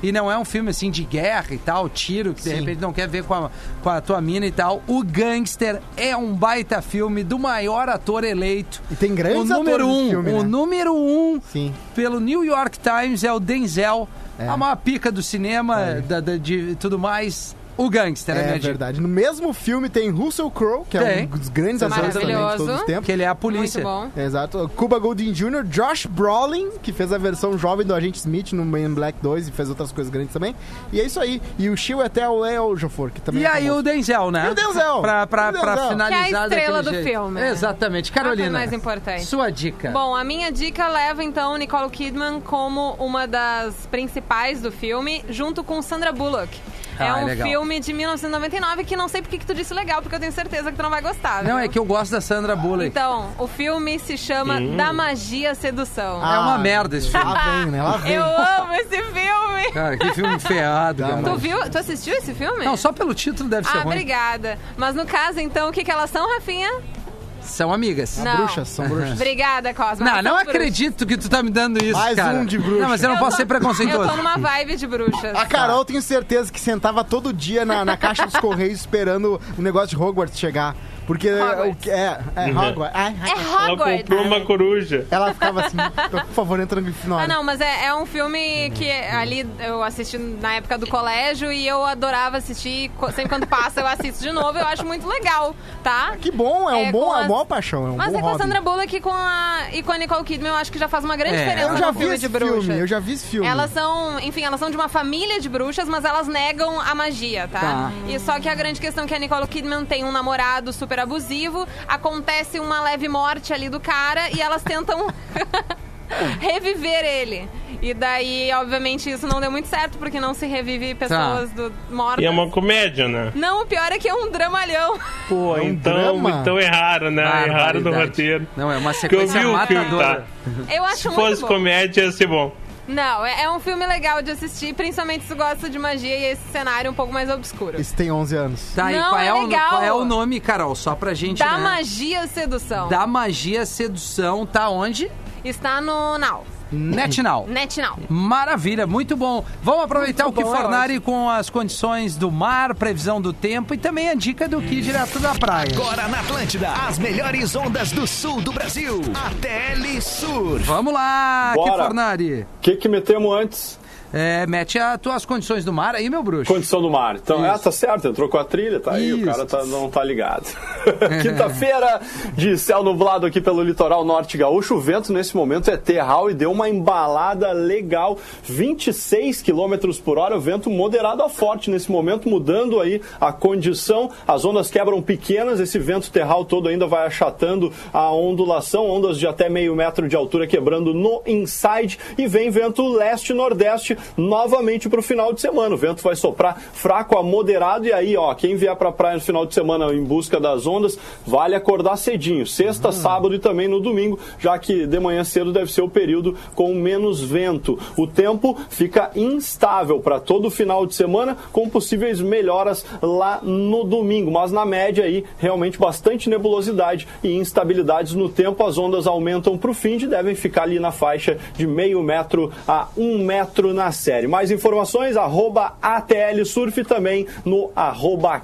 e não é um filme assim de guerra e tal, tiro, que de Sim. repente não quer ver com a, com a tua mina e tal. O Gangster é um baita filme do maior ator eleito. E tem grandes o número atores um, no filme, o né? número um Sim. pelo New York Times é o Denzel, É. a maior pica do cinema, da, da- de tudo mais. O Gangster, é, É minha dica. verdade. No mesmo filme tem Russell Crowe, que Tem. é um dos grandes atores também de Maravilhoso. todos os tempos. Que ele é a polícia. Muito bom. Exato. Cuba Gooding Júnior, Josh Brolin, que fez a versão jovem do Agente Smith no Man in Black dois e fez outras coisas grandes também. E é isso aí. E o Chiwetel Ejiofor, que também E é aí famoso. o Denzel, né? E o Denzel. Pra, pra, O pra Denzel. finalizar Que é a estrela daquele do jeito. filme, né? Exatamente. É a Carolina, coisa mais importante. sua dica. Bom, a minha dica leva então Nicole Kidman como uma das principais do filme, junto com Sandra Bullock. Ah, é é um legal. filme de mil novecentos e noventa e nove que não sei porque que tu disse legal, porque eu tenho certeza que tu não vai gostar. Não, viu? é que eu gosto da Sandra Bullock. Então, o filme se chama Da Magia Sedução. É uma merda esse filme. Lá vem, né? Lá vem. Eu amo esse filme! Cara, que filme ferrado, Tá, cara. mas- Tu viu? Tu assistiu esse filme? Não, só pelo título deve ser Ah, ruim. obrigada. Mas no caso, então, o que, que elas são, Rafinha? São amigas. Não. Bruxas, são bruxas. Obrigada, Cosma. Não, Elas não são bruxas. acredito que tu tá me dando isso, Mais cara. um de bruxa. Não, mas eu não Eu posso tô- ser Eu preconceituoso. tô numa vibe de bruxas. A Carol, tenho certeza que sentava todo dia na, na caixa dos Correios esperando o negócio de Hogwarts chegar. Porque Hogwarts. o que é, é Hogwarts. Ai, ai, É Ela Hogwarts. comprou uma coruja. Ela ficava assim, por favor, entra no Grifinória. Ah, não, mas é, é um filme que ali eu assisti na época do colégio e eu adorava assistir. Co- Sempre quando passa eu assisto de novo, eu acho muito legal, tá? Que bom, é um É, bom, com é as- uma boa paixão, é um Mas bom é com a hobby. Sandra Bullock e com a, e com a Nicole Kidman, eu acho que já faz uma grande É. diferença Eu já no vi filme esse de bruxas. filme, eu já vi esse filme. Elas são, enfim, elas são de uma família de bruxas, mas elas negam a magia, tá? Tá. E só que a grande questão é que a Nicole Kidman tem um namorado super abusivo, acontece uma leve morte ali do cara e elas tentam reviver ele. E daí, obviamente, isso não deu muito certo, porque não se revive pessoas do, mortas. E é uma comédia, né? Não, o pior é que é um dramalhão. Pô, É um então, drama? então erraram, né? Erraram no Barbaridade. roteiro. Não, é uma Porque eu sequência vi o filme, matadora. tá? Eu acho Se muito fosse bom. comédia, ia ser bom. Não, é, é um filme legal de assistir, principalmente se tu gosta de magia e esse cenário um pouco mais obscuro. Esse tem onze anos. Tá, e Não, qual é é, o, legal. qual é o nome, Carol? Só pra gente, Da né? Magia Sedução. Da Magia Sedução, tá onde? Está no Now. NetNow. NetNow. Maravilha, muito bom. Vamos aproveitar Muito o que bom, é Fornari com as condições do mar, previsão do tempo e também a dica do que direto da praia. Agora na Atlântida, as melhores ondas do sul do Brasil. A T L Surf. Vamos lá, que Bora. Fornari. O que, que metemos antes? É, mete as tuas condições do mar aí, meu bruxo. Condição do mar. Então, Isso. é, tá certo, entrou com a trilha, tá aí, Isso. o cara tá- não tá ligado. Quinta-feira de céu nublado aqui pelo litoral norte gaúcho, o vento nesse momento é terral e deu uma embalada legal, vinte e seis quilômetros por hora, o vento moderado a forte nesse momento, mudando aí a condição, as ondas quebram pequenas, esse vento terral todo ainda vai achatando a ondulação, ondas de até meio metro de altura quebrando no inside e vem vento leste-nordeste novamente para o final de semana. O vento vai soprar fraco a moderado e aí, ó, quem vier para a praia no final de semana em busca das ondas, vale acordar cedinho, sexta, sábado e também no domingo, já que de manhã cedo deve ser o período com menos vento. O tempo fica instável para todo o final de semana, com possíveis melhoras lá no domingo, mas na média aí, realmente bastante nebulosidade e instabilidades no tempo. As ondas aumentam para o fim e devem ficar ali na faixa de meio metro a um metro na série. Mais informações, arroba A T L Surf e também no arroba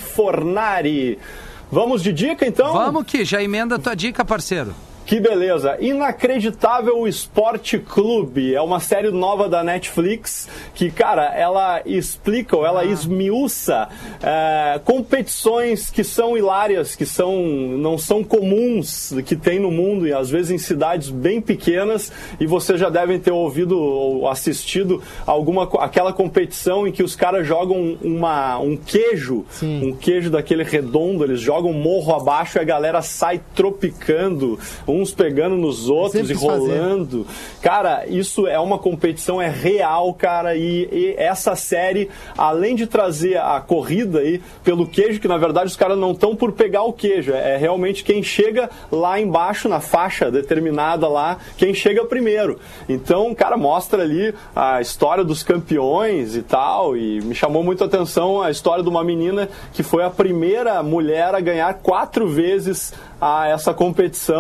Kifornari. Vamos de dica, então? Vamos que já emenda a tua dica, parceiro. Que beleza! Inacreditável Esporte Clube é uma série nova da Netflix que, cara, ela explica ou ela esmiuça é, competições que são hilárias, que são, não são comuns, que tem no mundo e às vezes em cidades bem pequenas, e vocês já devem ter ouvido ou assistido alguma, aquela competição em que os caras jogam uma, um queijo, Sim. um queijo daquele redondo, eles jogam morro abaixo e a galera sai tropicando, uns pegando nos outros Sempre e quis fazer. rolando. Cara, isso é uma competição, é real, cara, e, e essa série, além de trazer a corrida aí pelo queijo, que na verdade os caras não estão por pegar o queijo, é realmente quem chega lá embaixo, na faixa determinada lá, quem chega primeiro. Então, cara, mostra ali a história dos campeões e tal, e me chamou muito a atenção a história de uma menina que foi a primeira mulher a ganhar quatro vezes a essa competição, e é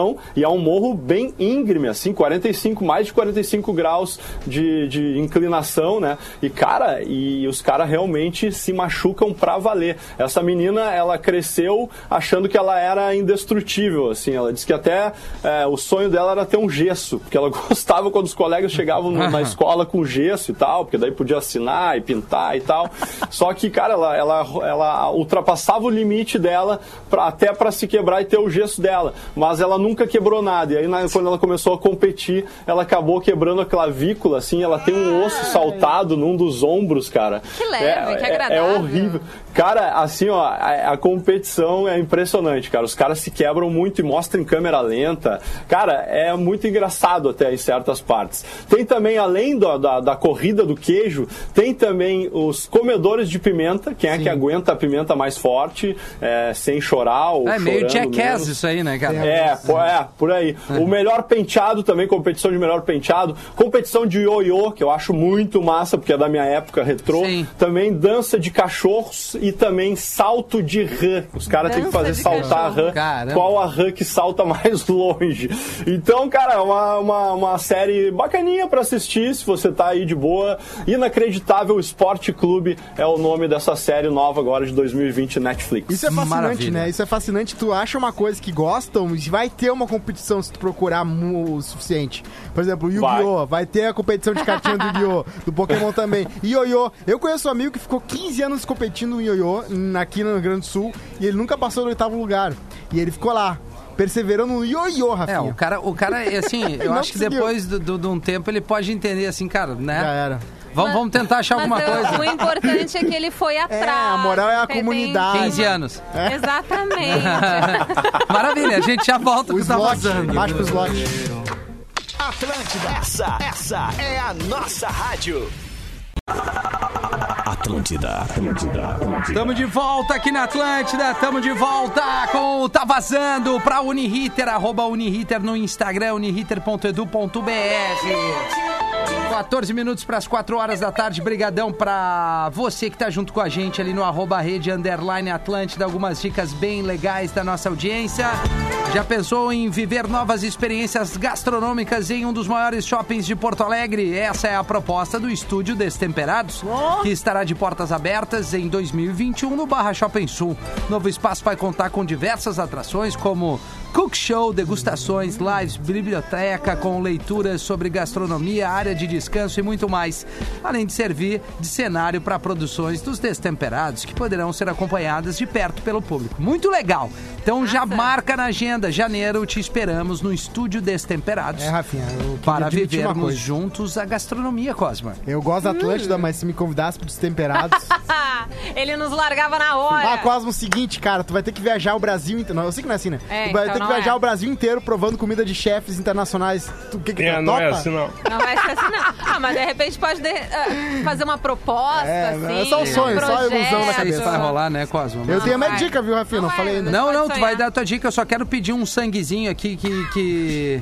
é um morro bem íngreme, assim, quarenta e cinco, mais de quarenta e cinco graus de, de inclinação, né? E, cara, e os caras realmente se machucam pra valer. Essa menina, ela cresceu achando que ela era indestrutível, assim. Ela disse que até é, o sonho dela era ter um gesso, porque ela gostava quando os colegas chegavam no, na escola com gesso e tal, porque daí podia assinar e pintar e tal. Só que, cara, ela, ela, ela ultrapassava o limite dela pra, até pra se quebrar e ter o gesso dela. Mas ela nunca quebrou nada. E aí, na, quando ela começou a competir, ela acabou quebrando a clavícula, assim, ela tem um osso saltado num dos ombros, cara. Que leve, é, que agradável. É, é horrível. Cara, assim, ó, a, a competição é impressionante, cara. Os caras se quebram muito e mostram em câmera lenta. Cara, é muito engraçado até em certas partes. Tem também, além do, da, da corrida do queijo, tem também os comedores de pimenta. Quem é Sim. que aguenta a pimenta mais forte, é, sem chorar ou É meio jackass isso aí, né, cara? É, por, é, por aí. O melhor penteado também, competição de melhor penteado. Competição de ioiô, que eu acho muito massa, porque é da minha época retrô. Sim. Também dança de cachorros e também salto de rã. Os caras têm que fazer saltar a rã. Caramba. Qual a rã que salta mais longe. Então, cara, é uma, uma, uma série bacaninha pra assistir, se você tá aí de boa. Inacreditável Esporte Clube é o nome dessa série nova agora de dois mil e vinte Netflix. Isso é fascinante, Maravilha. né? Isso é fascinante. Tu acha uma coisa que gostam e vai ter uma competição se tu procurar o suficiente. Por exemplo, o Yu-Gi-Oh! Vai. vai ter a competição de cartinha do Yu-Gi-Oh! Do Pokémon também. Ioiô. Eu conheço um amigo que ficou quinze anos competindo em Ioiô, aqui no Rio Grande do Sul, e ele nunca passou do oitavo lugar. E ele ficou lá, perseverando no ioiô, Rafinha. É, o cara, o cara assim, eu acho que depois de do, do um tempo ele pode entender assim, cara, né? Já era. Vamos, Mas- vamos tentar achar alguma Mas coisa. o importante é que ele foi atrás. É, a moral é a Tem- comunidade. quinze anos. Exatamente. Maravilha, a gente já volta O com o Tá slot, Vazando. baixa pro slot. Atlântida, essa, essa é a nossa rádio. Atlântida, Atlântida, Atlântida. Tamo de volta aqui na Atlântida, tamo de volta com o Tá Vazando pra Uniriter, arroba Uniriter no Instagram, uniriter ponto edu ponto br. quatorze minutos para as quatro horas da tarde, brigadão pra você que tá junto com a gente ali no arroba rede underline Atlântida, algumas dicas bem legais da nossa audiência. Já pensou em viver novas experiências gastronômicas em um dos maiores shoppings de Porto Alegre? Essa é a proposta do Estúdio Destemperados, que estará de portas abertas em dois mil e vinte e um no Barra Shopping Sul. Novo espaço vai contar com diversas atrações como Cook Show, degustações, lives, biblioteca com leituras sobre gastronomia, área de descanso e muito mais. Além de servir de cenário para produções dos Destemperados, que poderão ser acompanhadas de perto pelo público. Muito legal! Então já marca na agenda, janeiro te esperamos no Estúdio Destemperados. É, Rafinha, eu queria para admitir uma vivermos coisa. juntos a gastronomia, Cosma. Eu gosto da Atlântida, mas se me convidasse pros temperados... Ele nos largava na hora. Ah, Cosmo, o seguinte, cara, tu vai ter que viajar o Brasil inteiro. Eu sei que não é assim, né? É, tu vai então ter que não viajar é. o Brasil inteiro provando comida de chefes internacionais. Tu que que É, tu não topa? é assim, não. Não vai ser assim, não. Ah, mas de repente pode de- ah, fazer uma proposta, É, assim. é só um sonho, só a ilusão na projeto. cabeça. Isso vai rolar, né, Cosma? Eu tenho a minha vai. dica, viu, Rafinha? Não, Não falei vai, ainda. Não, Pode não, tu sonhar. vai dar a tua dica, eu só quero pedir um sanguezinho aqui que... que...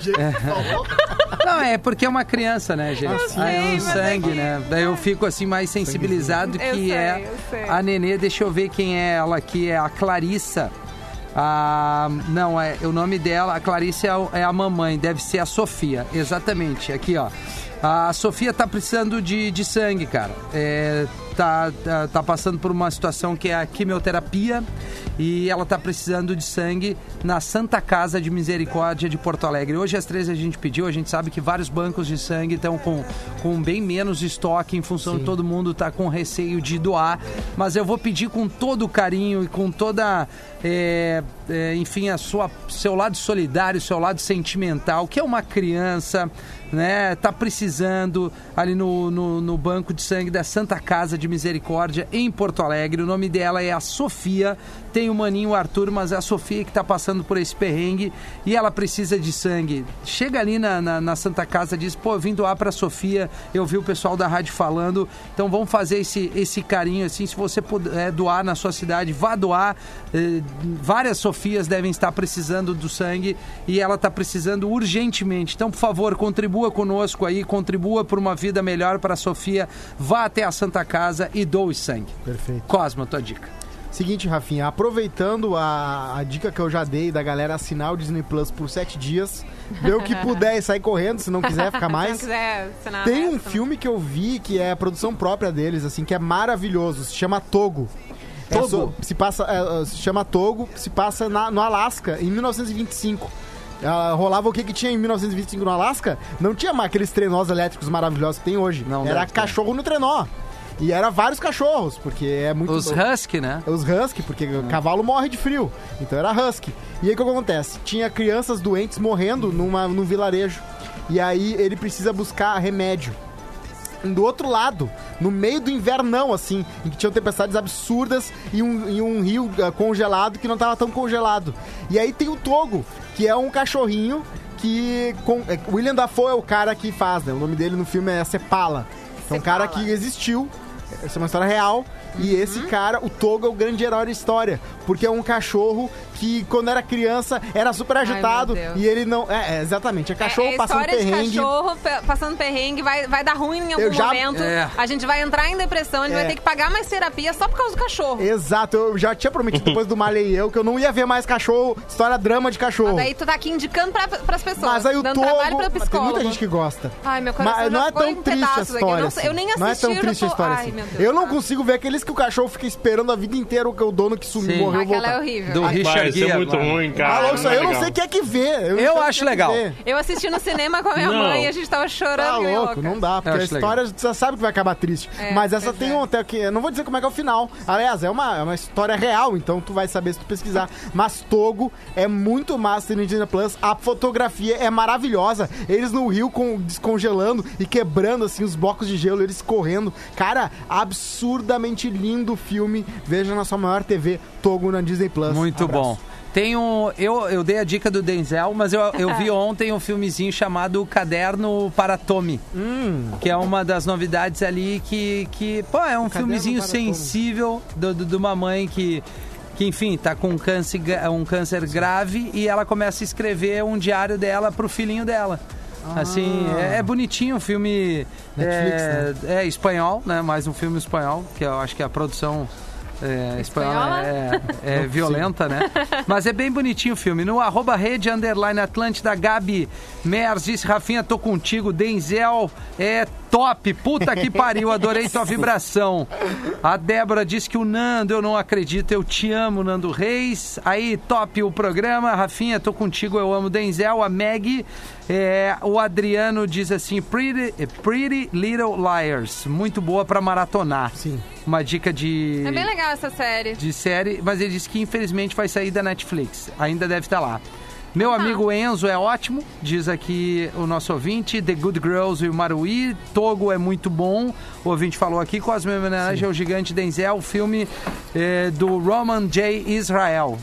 É. Não, é porque é uma criança, né, gente? Eu sei, Aí é um mas sangue, é que- né? Daí eu fico assim mais sensibilizado Eu que sei, é eu sei. a Nenê, deixa eu ver quem é ela aqui, é a Clarissa. Ah, não, é o nome dela, a Clarissa é, o- é a mamãe, deve ser a Sofia, exatamente, aqui ó. A Sofia tá precisando de, de sangue, cara. É, tá, tá, tá passando por uma situação que é a quimioterapia e ela tá precisando de sangue na Santa Casa de Misericórdia de Porto Alegre. Hoje às três a gente pediu, a gente sabe que vários bancos de sangue estão com, com bem menos estoque em função de todo mundo tá com receio de doar, mas eu vou pedir com todo o carinho e com toda, é, é, enfim, a sua, seu lado solidário, seu lado sentimental, que é uma criança, né, tá precisando ali no, no, no banco de sangue da Santa Casa de Misericórdia em Porto Alegre. O nome dela é a Sofia, tem o maninho Arthur, mas é a Sofia que tá passando por esse perrengue e ela precisa de sangue. Chega ali na, na, na Santa Casa, diz, pô, eu vim doar pra Sofia, eu vi o pessoal da rádio falando, então vamos fazer esse, esse carinho assim, se você puder doar na sua cidade, vá doar. Eh, várias Sofias devem estar precisando do sangue e ela tá precisando urgentemente, então por favor, contribua conosco aí, contribua por uma vida melhor para a Sofia, vá até a Santa Casa e doe sangue. Perfeito. Cosma, tua dica. Seguinte, Rafinha, aproveitando a, a dica que eu já dei da galera assinar o Disney Plus por sete dias, vê o que puder e sai correndo, se não quiser ficar mais. Se não quiser assinar Tem um resto, filme que eu vi que é a produção própria deles, assim, que é maravilhoso, se chama Togo. É Togo? so- se passa, é, se chama Togo, se passa na- no Alasca, em mil novecentos e vinte e cinco. Ah, rolava o que que tinha em mil novecentos e vinte e cinco no Alasca? Não tinha mais aqueles trenós elétricos maravilhosos que tem hoje. Não era deve ter. cachorro no trenó. E era vários cachorros, porque é muito... Os Husky, né? Os Husky, porque o cavalo morre de frio. Então era Husky. E aí o que acontece? Tinha crianças doentes morrendo numa, num vilarejo. E aí ele precisa buscar remédio. Do outro lado, no meio do invernão, assim, em que tinham tempestades absurdas e um, e um rio uh, congelado que não tava tão congelado. E aí tem o Togo, que é um cachorrinho que... Com, é, William Dafoe é o cara que faz, né? O nome dele no filme é Sepala. É um cara que existiu, essa é uma história real. E esse cara, o Togo, é o grande herói da história. Porque é um cachorro que, quando era criança, era super agitado. meu Deus. E ele não... É, é, exatamente. É cachorro é, é passando história perrengue. de cachorro pe- passando perrengue, vai, vai dar ruim em algum Eu já- momento. É. A gente vai entrar em depressão, a gente É. vai ter que pagar mais terapia só por causa do cachorro. Exato, eu já tinha prometido depois do Marley e eu que eu não ia ver mais cachorro, história drama de cachorro. Daí tu tá aqui indicando pra, pras pessoas, Mas aí o dando Togo, trabalho pra mas tem psicólogo. muita gente que gosta. Ai, meu coração Mas já não é ficou tão em triste a pedaços aqui. Eu história não assim. sei- eu nem Não é assisti, tão eu já triste a tô- história Ai, assim. meu Deus Eu do não céu. consigo ver aqueles que o cachorro fica esperando a vida inteira que o dono que sumiu, Sim. morreu Aquela é voltar. horrível. Do Vai Richard ser Gere. muito lá. ruim, cara. Alô, isso aí eu não legal. sei quem é que vê. não sei Eu quem acho é que legal. vê. Eu assisti no cinema com a minha Não. mãe e a gente tava chorando. Tá que nem louco, louca. não dá, porque Eu a acho história você sabe que vai acabar triste. É, Mas essa pois tem é. um até que. Eu não vou dizer como é que é o final. Aliás, é uma, é uma história real, então tu vai saber se tu pesquisar. Mas Togo é muito massa no Disney Plus. A fotografia é maravilhosa. Eles no rio com, descongelando e quebrando assim os blocos de gelo, eles correndo. Cara, absurdamente lindo o filme. Veja na sua maior T V, Togo na Disney Plus. Muito Abraço. bom. Tem um, eu, eu dei a dica do Denzel, mas eu, eu vi ontem um filmezinho chamado Caderno para Tommy, que é uma das novidades ali que, que pô, é um Caderno filmezinho para Tommy. sensível do, do- de uma mãe que, que, enfim, tá com um câncer, gra- um câncer grave e ela começa a escrever um diário dela pro filhinho dela. Assim, é, é bonitinho o filme. Netflix, é, é espanhol, né? Mais um filme espanhol, que eu acho que a produção é, espanhola é, é violenta, né? Mas é bem bonitinho o filme. No arroba rede underline Atlântida, Gabi Mers disse, Rafinha, tô contigo. Denzel é top. Puta que pariu, adorei tua vibração. A Débora disse que o Nando, eu não acredito, eu te amo, Nando Reis. Aí, top o programa. Rafinha, tô contigo, eu amo Denzel. A Meg, é, o Adriano diz assim, Pretty, Pretty Little Liars. Muito boa pra maratonar. Sim. Uma dica de... É bem legal essa série. de série, mas ele disse que infelizmente vai sair da Netflix. Ainda deve estar lá. Meu amigo Enzo é ótimo, diz aqui o nosso ouvinte. The Good Girls e o Maruí. Togo é muito bom. O ouvinte falou aqui. Cosme em homenagem ao gigante Denzel, o filme eh, do Roman J. Israel.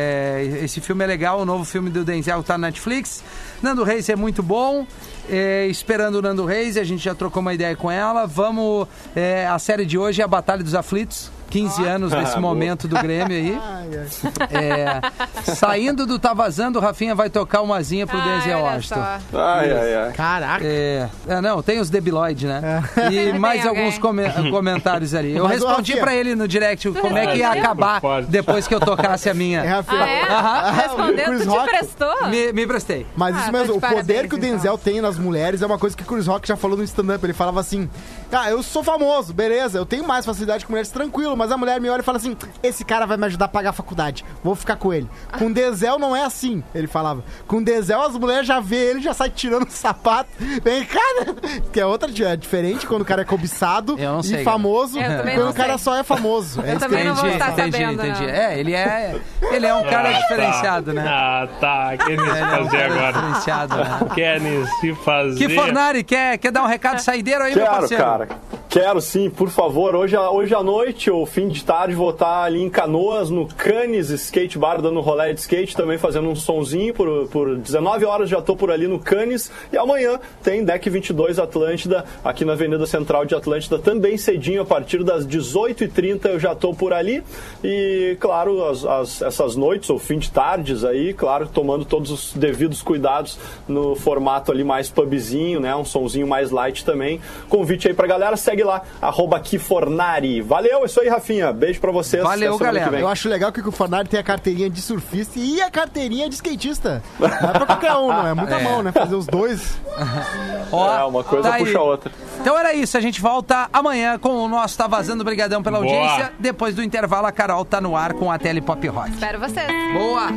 Eh, esse filme é legal, o novo filme do Denzel está na Netflix. Nando Reis é muito bom. É, esperando o Nando Reis, a gente já trocou uma ideia com ela. Vamos, é, a série de hoje é a Batalha dos Aflitos. quinze anos nesse Ah, momento do Grêmio aí. Ai, ai. É, saindo do Tá Vazando, o Rafinha vai tocar uma zinha pro Ai, Denzel olha Washington. só. Ai, ai, ai. Caraca. É, é, não, tem os debilóides, né? E mais Tem alguém. alguns come- comentários ali. Eu Mas, ô, respondi Rafinha, pra ele no direct como é que ia respondeu? acabar Pode. depois que eu tocasse a É, minha. Rafinha. Ah, é? Aham. Respondeu, Chris tu te Rock. prestou? Me, me prestei. Mas Ah, isso tá mesmo, de o poder parabéns, que o então. Denzel tem nas mulheres é uma coisa que o Chris Rock já falou no stand-up. Ele falava assim: ah, eu sou famoso, beleza, eu tenho mais facilidade com mulheres, tranquilo, mas a mulher me olha e fala assim: esse cara vai me ajudar a pagar a faculdade, vou ficar com ele. Com o Denzel não é assim, ele falava. Com o Denzel as mulheres já vê ele, já sai tirando o sapato. Vem, cara, que é outra, é diferente quando o cara é cobiçado Eu não sei, e cara. famoso, Eu também quando não o cara sei. só é famoso. É Eu isso que também não vou Entendi, estar entendi, sabendo, entendi. não. É, ele é, ele é um cara Ah, diferenciado, tá. né? Ah, tá. Querem se Ele é um fazer cara agora. diferenciado, né? Querem se fazer. Que Fornari, quer, quer dar um recado saideiro aí, meu Quero, parceiro? cara. Quero sim, por favor. Hoje, hoje à noite, ou fim de tarde, vou estar ali em Canoas, no Cannes Skate Bar, dando um rolê de skate, também fazendo um sonzinho. Por, por dezenove horas já tô por ali no Cannes. E amanhã tem Deck vinte e dois Atlântida, aqui na Avenida Central de Atlântida, também cedinho, a partir das dezoito e trinta eu já tô por ali. E, claro, as, as, essas noites, ou fim de tardes aí, claro, tomando todos os devidos cuidados no formato ali mais pubzinho, né? Um sonzinho mais light também. Convite aí pra galera, segue segue lá, arroba Kifornari. Valeu, isso aí, Rafinha. Beijo pra vocês. Valeu, até semana galera. que vem. Eu acho legal que o Fornari tem a carteirinha de surfista e a carteirinha de skatista. Não é pra qualquer um, não. É muita É. mão, né? Fazer os dois. Ó, É, uma coisa tá puxa aí. a outra. Então era isso, a gente volta amanhã com o nosso Tá Vazando. Brigadão pela Boa. audiência. Depois do intervalo, a Carol tá no ar com a Tele Pop Rock. Espero vocês. Boa!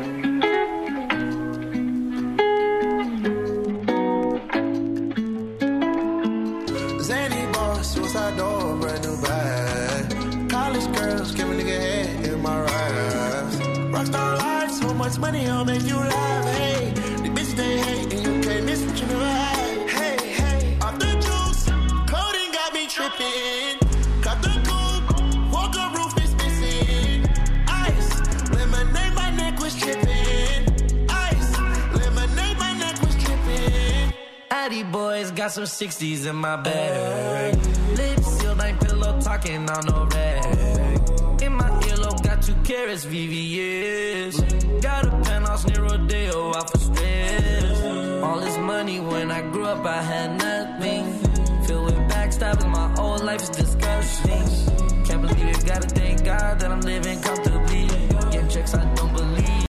Zany boss, suicide door, brand new bag. College girls, give a nigga head in my raps. Rockstar life, so much money, I'll make you laugh. Hey, the bitch they hate, and you can't miss what you never had. Hey, hey, off the juice, coding got me tripping. Cut the coupe, walker roof is missing. Ice, lemonade, my neck was tripping. Ice, lemonade, my neck was tripping. Addy boys got some sixties in my bag. Lips sealed, ain't pillow talking on no rag. In my earlobe, got two carrots, V V S. Got a penthouse near Rodeo, out for stress. All this money when I grew up, I had nothing. Filled with backstabbing, my whole life is disgusting. Can't believe it, gotta thank God that I'm living comfortably. Getting checks, I don't believe.